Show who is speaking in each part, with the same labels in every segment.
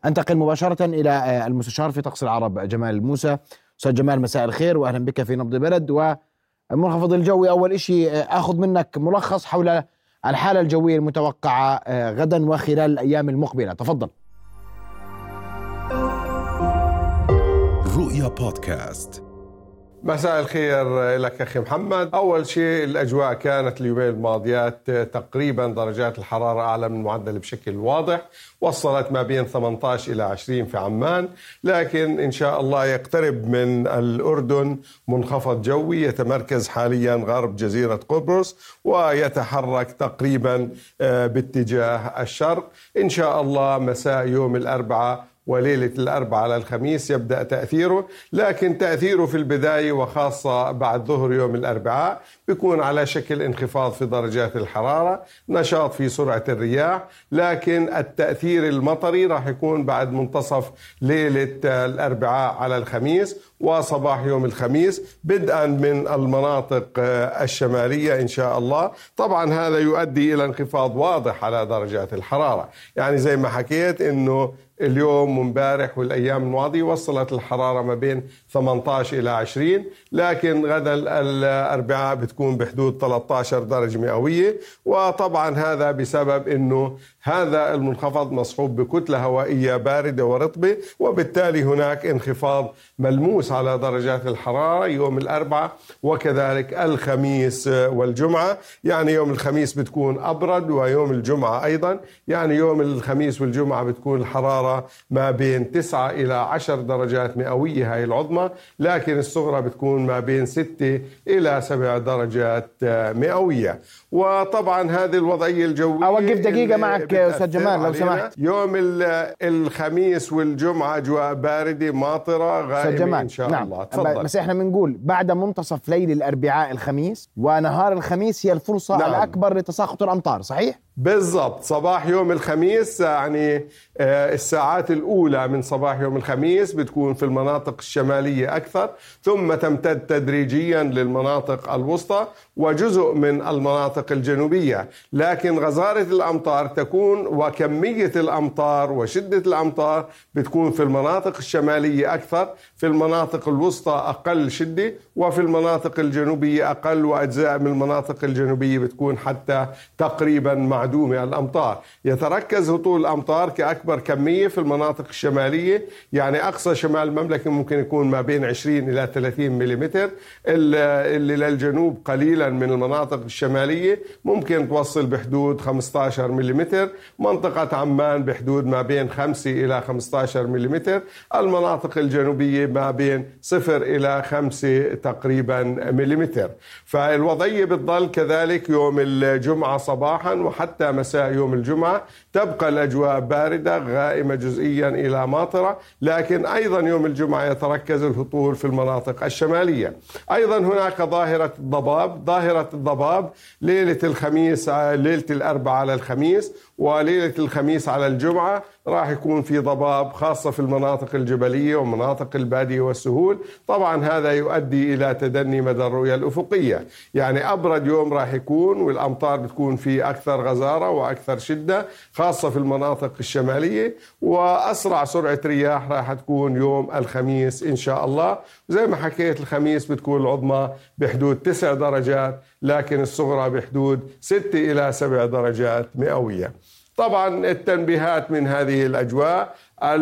Speaker 1: أنتقل مباشرة إلى المستشار في طقس العرب جمال الموسى. أستاذ جمال، مساء الخير وأهلا بك في نبض بلد. والمنخفض الجوي، أول إشي أخذ منك ملخص حول الحالة الجوية المتوقعة غدا وخلال الأيام المقبلة، تفضل.
Speaker 2: رؤيا بودكاست.
Speaker 3: مساء الخير لك أخي محمد. أول شيء الأجواء كانت اليومين الماضيات تقريبا درجات الحرارة أعلى من المعدل بشكل واضح، وصلت ما بين 18 إلى 20 في عمان، لكن إن شاء الله يقترب من الأردن منخفض جوي يتمركز حاليا غرب جزيرة قبرص ويتحرك تقريبا باتجاه الشرق. إن شاء الله مساء يوم الأربعاء وليلة الأربعاء على الخميس يبدأ تأثيره، لكن تأثيره في البداية وخاصة بعد ظهر يوم الأربعاء بيكون على شكل انخفاض في درجات الحرارة، نشاط في سرعة الرياح، لكن التأثير المطري راح يكون بعد منتصف ليلة الأربعاء على الخميس وصباح يوم الخميس، بدءا من المناطق الشمالية إن شاء الله. طبعا هذا يؤدي إلى انخفاض واضح على درجات الحرارة، يعني زي ما حكيت إنه اليوم ومبارح والأيام الماضية وصلت الحرارة ما بين 18 إلى 20، لكن غدا الأربعاء بتكون بحدود 13 درجة مئوية. وطبعا هذا بسبب أنه هذا المنخفض مصحوب بكتلة هوائية باردة ورطبة، وبالتالي هناك انخفاض ملموس على درجات الحرارة يوم الأربعاء وكذلك الخميس والجمعة. يعني يوم الخميس بتكون أبرد ويوم الجمعة أيضا، يعني يوم الخميس والجمعة بتكون الحرارة ما بين 9 إلى 10 درجات مئوية هاي العظمى، لكن الصغرى بتكون ما بين 6 إلى 7 درجات مئوية. وطبعا هذه الوضعية الجوية.
Speaker 1: أوقف دقيقة معك أستاذ جمال لو سمحت.
Speaker 3: يوم الخميس والجمعة أجواء باردة ماطرة غائمة إن شاء الله. تفضل.
Speaker 1: بس إحنا بنقول بعد منتصف ليل الأربعاء الخميس ونهار الخميس هي الفرصة الأكبر لتساقط الأمطار، صحيح؟
Speaker 3: بالضبط، صباح يوم الخميس يعني الساعات الأولى من صباح يوم الخميس بتكون في المناطق الشمالية أكثر، ثم تمتد تدريجيا للمناطق الوسطى وجزء من المناطق الجنوبية، لكن غزارة الأمطار تكون وكمية الأمطار وشدة الأمطار بتكون في المناطق الشمالية أكثر، في المناطق الوسطى أقل شدة، وفي المناطق الجنوبية أقل، وأجزاء من المناطق الجنوبية بتكون حتى تقريبا معدومة الأمطار. يتركز هطول الأمطار كأكبر كمية في المناطق الشمالية، يعني أقصى شمال المملكة ممكن يكون ما بين 20 إلى 30 مليمتر، اللي للجنوب قليلا من المناطق الشمالية ممكن توصل بحدود 15 مليمتر، منطقة عمان بحدود ما بين 5 إلى 15 مليمتر، المناطق الجنوبية ما بين 0 إلى 5 تقريبا مليمتر. فالوضعية بتضل كذلك يوم الجمعة صباحا وحتى مساء يوم الجمعة، تبقى الأجواء باردة غائمة جزئيا إلى ماطرة، لكن أيضا يوم الجمعة يتركز الهطول في المناطق الشمالية. أيضا هناك ظاهرة الضباب. ظاهرة الضباب ليلة الخميس، ليلة الأربعاء على الخميس وليلة الخميس على الجمعة راح يكون في ضباب، خاصة في المناطق الجبلية ومناطق البادية والسهول. طبعا هذا يؤدي إلى تدني مدى الرؤية الأفقية، يعني أبرد يوم راح يكون والأمطار بتكون فيه أكثر غزارة وأكثر شدة، خاصة في المناطق الشمالية، وأسرع سرعة رياح راح تكون يوم الخميس إن شاء الله. زي ما حكيت الخميس بتكون العظمى بحدود 9 درجات، لكن الصغرى بحدود 6 إلى 7 درجات مئوية. طبعا التنبيهات من هذه الأجواء: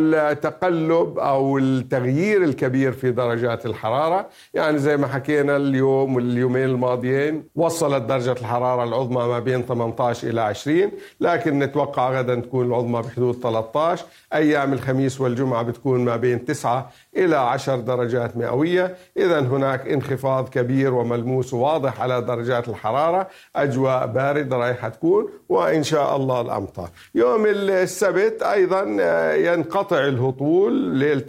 Speaker 3: التقلب أو التغيير الكبير في درجات الحرارة، يعني زي ما حكينا اليوم واليومين الماضيين وصلت درجة الحرارة العظمى ما بين 18 إلى 20، لكن نتوقع غدا تكون العظمى بحدود 13. أيام الخميس والجمعة بتكون ما بين 9 إلى 10 درجات مئوية. إذن هناك انخفاض كبير وملموس وواضح على درجات الحرارة، أجواء باردة رايحة تكون، وإن شاء الله الأمطار. يوم السبت أيضا ينقطع الهطول ليلة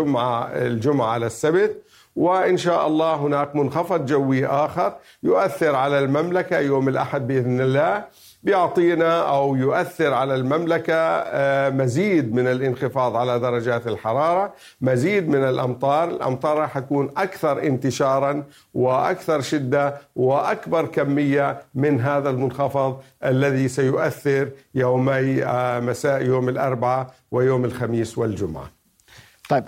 Speaker 3: الجمعة على السبت، وإن شاء الله هناك منخفض جوي آخر يؤثر على المملكة يوم الأحد بإذن الله. بيعطينا أو يؤثر على المملكة مزيد من الانخفاض على درجات الحرارة، مزيد من الأمطار راح تكون أكثر انتشارا وأكثر شدة وأكبر كمية من هذا المنخفض الذي سيؤثر يومي مساء يوم الأربعاء ويوم الخميس والجمعة.
Speaker 1: طيب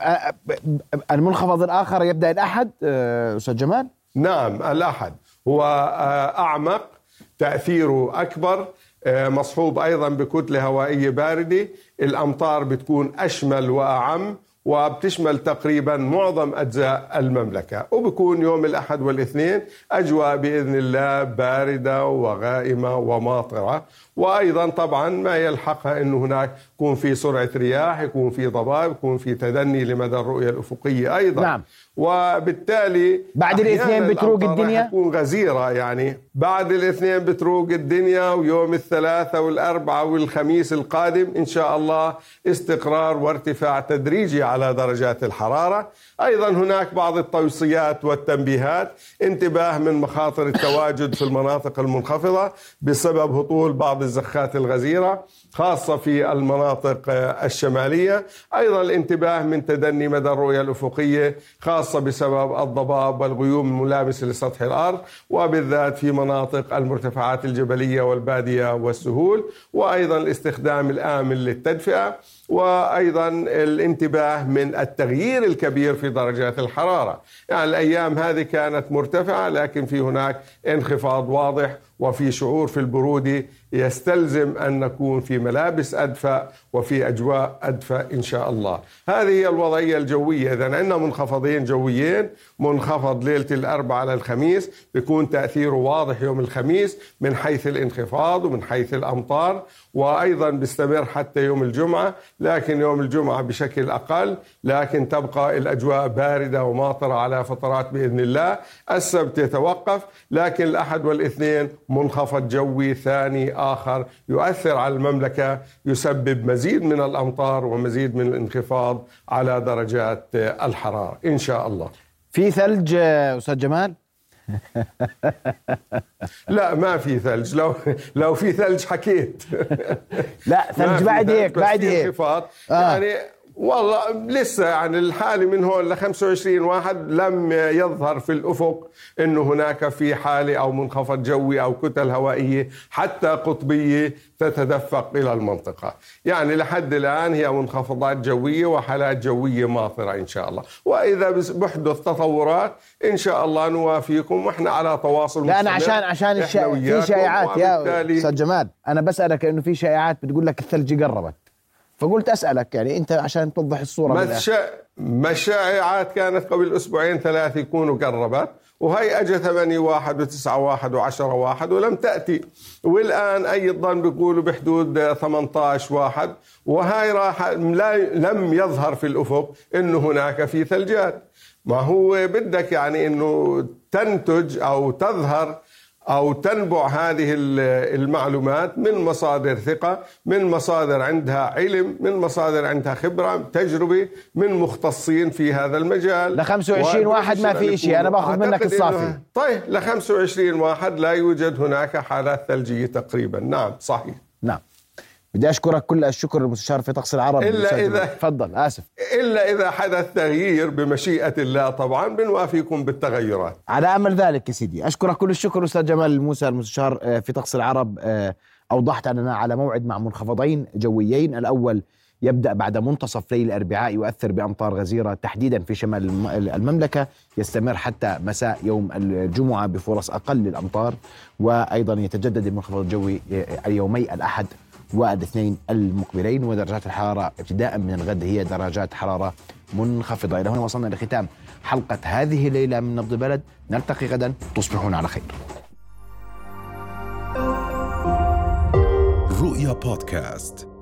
Speaker 1: المنخفض الآخر يبدأ الأحد أستاذ جمال؟
Speaker 3: نعم، الأحد هو أعمق، تأثيره أكبر، مصحوب أيضا بكتلة هوائية باردة. الأمطار بتكون أشمل وأعم وبتشمل تقريبا معظم أجزاء المملكة، وبكون يوم الأحد والاثنين أجواء بإذن الله باردة وغائمة وماطرة. وأيضا طبعا ما يلحقها أنه هناك يكون في سرعة رياح، يكون في ضباب، يكون في تدني لمدى الرؤية الأفقية أيضا.
Speaker 1: نعم.
Speaker 3: وبالتالي
Speaker 1: بعد الاثنين بتروق الدنيا،
Speaker 3: تكون غزيرة يعني بعد الاثنين بتروق الدنيا، ويوم الثلاثاء والأربعاء والخميس القادم إن شاء الله استقرار وارتفاع تدريجي على درجات الحرارة. أيضا هناك بعض التوصيات والتنبيهات، انتباه من مخاطر التواجد في المناطق المنخفضة بسبب هطول بعض الزخات الغزيرة خاصة في المناطق الشمالية. أيضا الانتباه من تدني مدى الرؤية الأفقية خاصة بسبب الضباب والغيوم الملامسة لسطح الأرض، وبالذات في مناطق المرتفعات الجبلية والبادية والسهول. وأيضا الاستخدام الآمن للتدفئة، وأيضا الانتباه من التغيير الكبير في درجات الحرارة. يعني الأيام هذه كانت مرتفعة، لكن في هناك انخفاض واضح وفي شعور في البرودة، يستلزم أن نكون في ملابس أدفأ وفي أجواء أدفأ إن شاء الله. هذه هي الوضعية الجوية. إذن عندنا منخفضين جويين، منخفض ليلة الأربعاء على الخميس بيكون تأثيره واضح يوم الخميس من حيث الانخفاض ومن حيث الأمطار، وأيضا بيستمر حتى يوم الجمعة، لكن يوم الجمعة بشكل أقل، لكن تبقى الأجواء باردة وماطرة على فترات بإذن الله. السبت يتوقف، لكن الأحد والاثنين منخفض جوي ثاني آخر يؤثر على المملكة، يسبب مزيد من الأمطار ومزيد من الانخفاض على درجات الحرارة إن شاء الله.
Speaker 1: في ثلج أستاذ جمال؟
Speaker 3: لا ما في ثلج، لو في ثلج حكيت.
Speaker 1: لا ثلج بعد هيك، بعد هيك
Speaker 3: يعني والله لسه يعني الحالة من هون ل 25 واحد لم يظهر في الأفق إنه هناك في حالة أو منخفض جوي أو كتل هوائية حتى قطبية تتدفق إلى المنطقة. يعني لحد الآن هي منخفضات جوية وحالات جوية ماطرة إن شاء الله، وإذا بحدث تطورات إن شاء الله نوافيكم، وإحنا على تواصل.
Speaker 1: لا أنا عشان في شائعات يا أستاذ جمال، أنا بسألك إنه في شائعات بتقول لك الثلج قربت، فقلت أسألك يعني أنت عشان توضح الصورة.
Speaker 3: مشاعات كانت قبل أسبوعين ثلاثة يكونوا قربت، وهي أجى 8-1 و9-1 و10-1 ولم تأتي، والآن أيضا بيقولوا بحدود 18-1، وهاي راح لم يظهر في الأفق إنه هناك في ثلجات. ما هو بدك يعني إنه تنتج أو تظهر أو تنبع هذه المعلومات من مصادر ثقة، من مصادر عندها علم، من مصادر عندها خبرة تجربة، من مختصين في هذا المجال.
Speaker 1: ل 25 واحد ما في شيء، أنا باخذ منك الصافي.
Speaker 3: طيب ل 25 واحد لا يوجد هناك حالات ثلجية تقريبا. نعم صحيح.
Speaker 1: نعم. بدي أشكرك كل الشكر المستشار في طقس العرب. تفضل. آسف.
Speaker 3: إلا إذا حدث تغيير بمشيئة الله طبعا بنوافيكم بالتغيرات
Speaker 1: على أمل ذلك يا سيدي. أشكرك كل الشكر أستاذ جمال الموسى المستشار في طقس العرب. أوضحت أننا على موعد مع منخفضين جويين. الأول يبدأ بعد منتصف ليل الأربعاء، يؤثر بأمطار غزيرة تحديدا في شمال المملكة، يستمر حتى مساء يوم الجمعة بفرص أقل للأمطار، وأيضا يتجدد المنخفض الجوي اليومي الأحد والاثنين المقبلين، ودرجات الحرارة ابتداء من الغد هي درجات حرارة منخفضة. إلى هنا وصلنا لختام حلقة هذه الليلة من نبض البلد. نلتقي غدا، تصبحون على خير.
Speaker 2: رؤيا بودكاست.